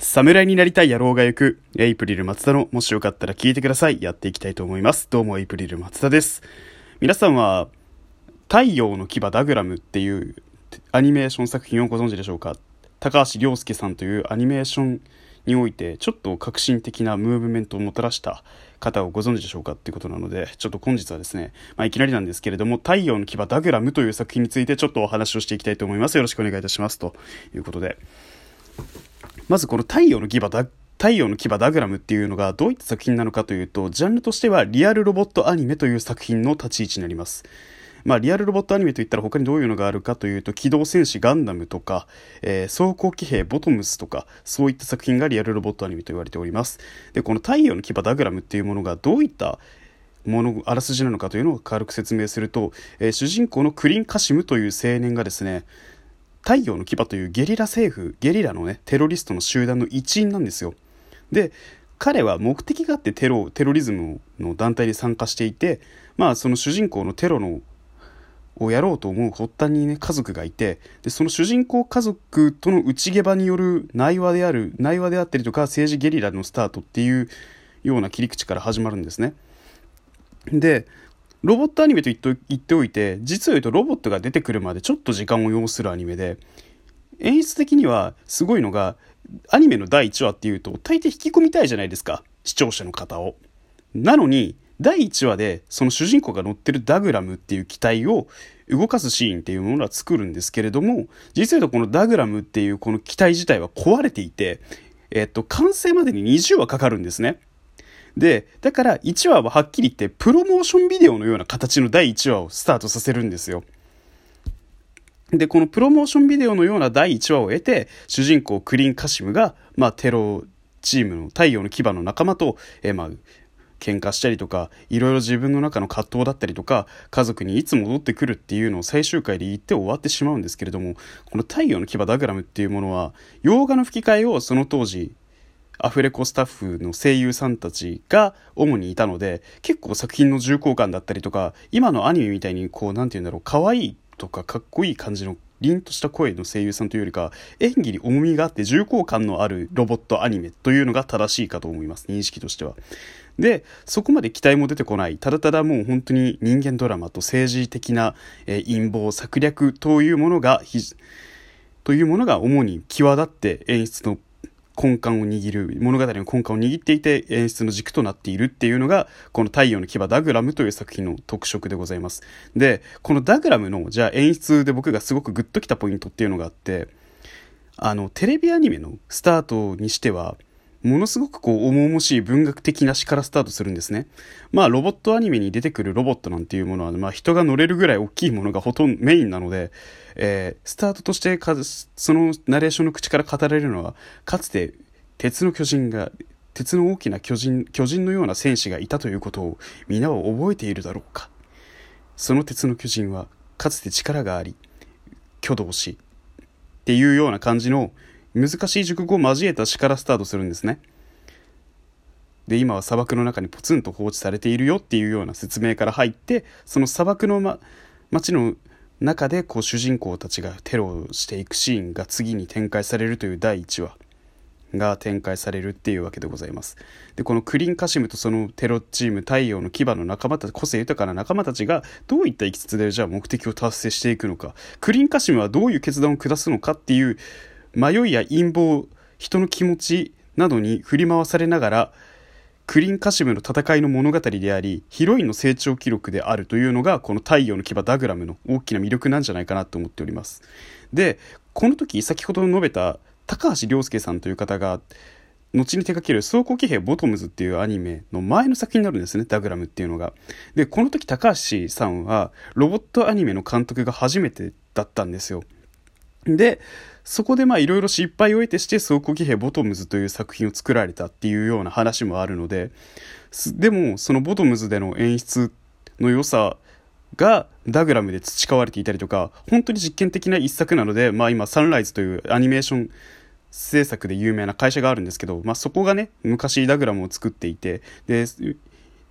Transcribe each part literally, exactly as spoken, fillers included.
侍になりたい野郎が行くエイプリル松田の、もしよかったら聞いてください。やっていきたいと思います。どうもエイプリル松田です。皆さんは太陽の牙ダグラムっていうアニメーション作品をご存知でしょうか。高橋涼介さんというアニメーションにおいてちょっと革新的なムーブメントをもたらした方をご存知でしょうかっていうことなので、ちょっと本日はですね、まあ、いきなりなんですけれども、太陽の牙ダグラムという作品についてちょっとお話をしていきたいと思います。よろしくお願いいたしますということで、まずこの太陽の牙ダ太陽の牙ダグラムっていうのがどういった作品なのかというと、ジャンルとしてはリアルロボットアニメという作品の立ち位置になります。まあ、リアルロボットアニメといったら他にどういうのがあるかというと、機動戦士ガンダムとか、えー、装甲騎兵ボトムスとか、そういった作品がリアルロボットアニメと言われております。で、この太陽の牙ダグラムっていうものがどういったものあらすじなのかというのを軽く説明すると、えー、主人公のクリン・カシムという青年がですね、太陽の牙というゲリラ政府、ゲリラのね、テロリストの集団の一員なんですよ。で、彼は目的があってテロ、テロリズムの団体に参加していて、まあその主人公のテロのをやろうと思う発端にね、家族がいて、でその主人公家族との内ゲバによる内話である、内話であったりとか政治ゲリラのスタートっていうような切り口から始まるんですね。で、ロボットアニメと言って言っておいて、実を言うとロボットが出てくるまでちょっと時間を要するアニメで、演出的にはすごいのが、アニメのだいいちわっていうと大抵引き込みたいじゃないですか、視聴者の方を。なのにだいいちわでその主人公が乗ってるダグラムっていう機体を動かすシーンっていうものは作るんですけれども、実は言うとこのダグラムっていうこの機体自体は壊れていて、えっと完成までににじゅうわかかるんですね。で、だからいちわははっきり言ってプロモーションビデオのような形のだいいちわをスタートさせるんですよ。で、このプロモーションビデオのようなだいいちわを得て、主人公クリン・カシムが、まあ、テロチームの太陽の牙の仲間と、えー、まあ、喧嘩したりとか、いろいろ自分の中の葛藤だったりとか、家族にいつ戻ってくるっていうのを最終回で言って終わってしまうんですけれども、この太陽の牙ダグラムっていうものは、洋画の吹き替えをその当時、アフレコスタッフの声優さんたちが主にいたので、結構作品の重厚感だったりとか、今のアニメみたいにこう、なんていうんだろう、可愛いとかかっこいい感じの凛とした声の声優さんというよりか、演技に重みがあって重厚感のあるロボットアニメというのが正しいかと思います、認識としては。で、そこまで期待も出てこない、ただただもう本当に人間ドラマと政治的な、えー、陰謀策略というものがというものが主に際立って演出の根幹を握る、物語の根幹を握っていて演出の軸となっているっていうのがこの太陽の牙ダグラムという作品の特色でございます。で、このダグラムのじゃあ演出で僕がすごくグッときたポイントっていうのがあって、あのテレビアニメのスタートにしてはものすごくこう重々しい文学的な詩からスタートするんですね。まあロボットアニメに出てくるロボットなんていうものは、まあ人が乗れるぐらい大きいものがほとんどメインなので、えー、スタートとしてかそのナレーションの口から語られるのは、かつて鉄の巨人が鉄の大きな巨人巨人のような戦士がいたということを皆は覚えているだろうか。その鉄の巨人はかつて力があり挙動しっていうような感じの難しい熟語を交えた詩からスタートするんですね。で、今は砂漠の中にポツンと放置されているよっていうような説明から入って、その砂漠の、ま、街の中でこう主人公たちがテロをしていくシーンが次に展開されるというだいいちわが展開されるっていうわけでございます。で、このクリン・カシムとそのテロチーム太陽の牙の仲間たち、個性豊かな仲間たちがどういったいきつつでじゃあ目的を達成していくのか、クリン・カシムはどういう決断を下すのかっていう迷いや陰謀、人の気持ちなどに振り回されながら、クリン・カシムの戦いの物語であり、ヒロインの成長記録であるというのがこの太陽の牙ダグラムの大きな魅力なんじゃないかなと思っております。で、この時先ほど述べた高橋涼介さんという方が後に手掛ける装甲騎兵ボトムズっていうアニメの前の作品になるんですね、ダグラムっていうのが。で、この時高橋さんはロボットアニメの監督が初めてだったんですよ。で、そこでまあいろいろ失敗を得てして装甲騎兵ボトムズという作品を作られたっていうような話もあるので、でもそのボトムズでの演出の良さがダグラムで培われていたりとか、本当に実験的な一作なので、まあ今サンライズというアニメーション制作で有名な会社があるんですけど、まあそこがね昔ダグラムを作っていて、で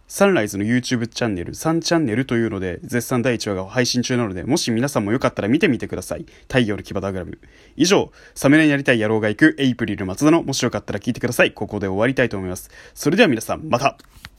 サンライズの YouTube チャンネルさんチャンネルというので絶賛だいいちわが配信中なので、もし皆さんもよかったら見てみてください。太陽の牙ダグラム。以上、サムネになりたい野郎が行くエイプリル松田の、もしよかったら聞いてください。ここで終わりたいと思います。それでは皆さんまた。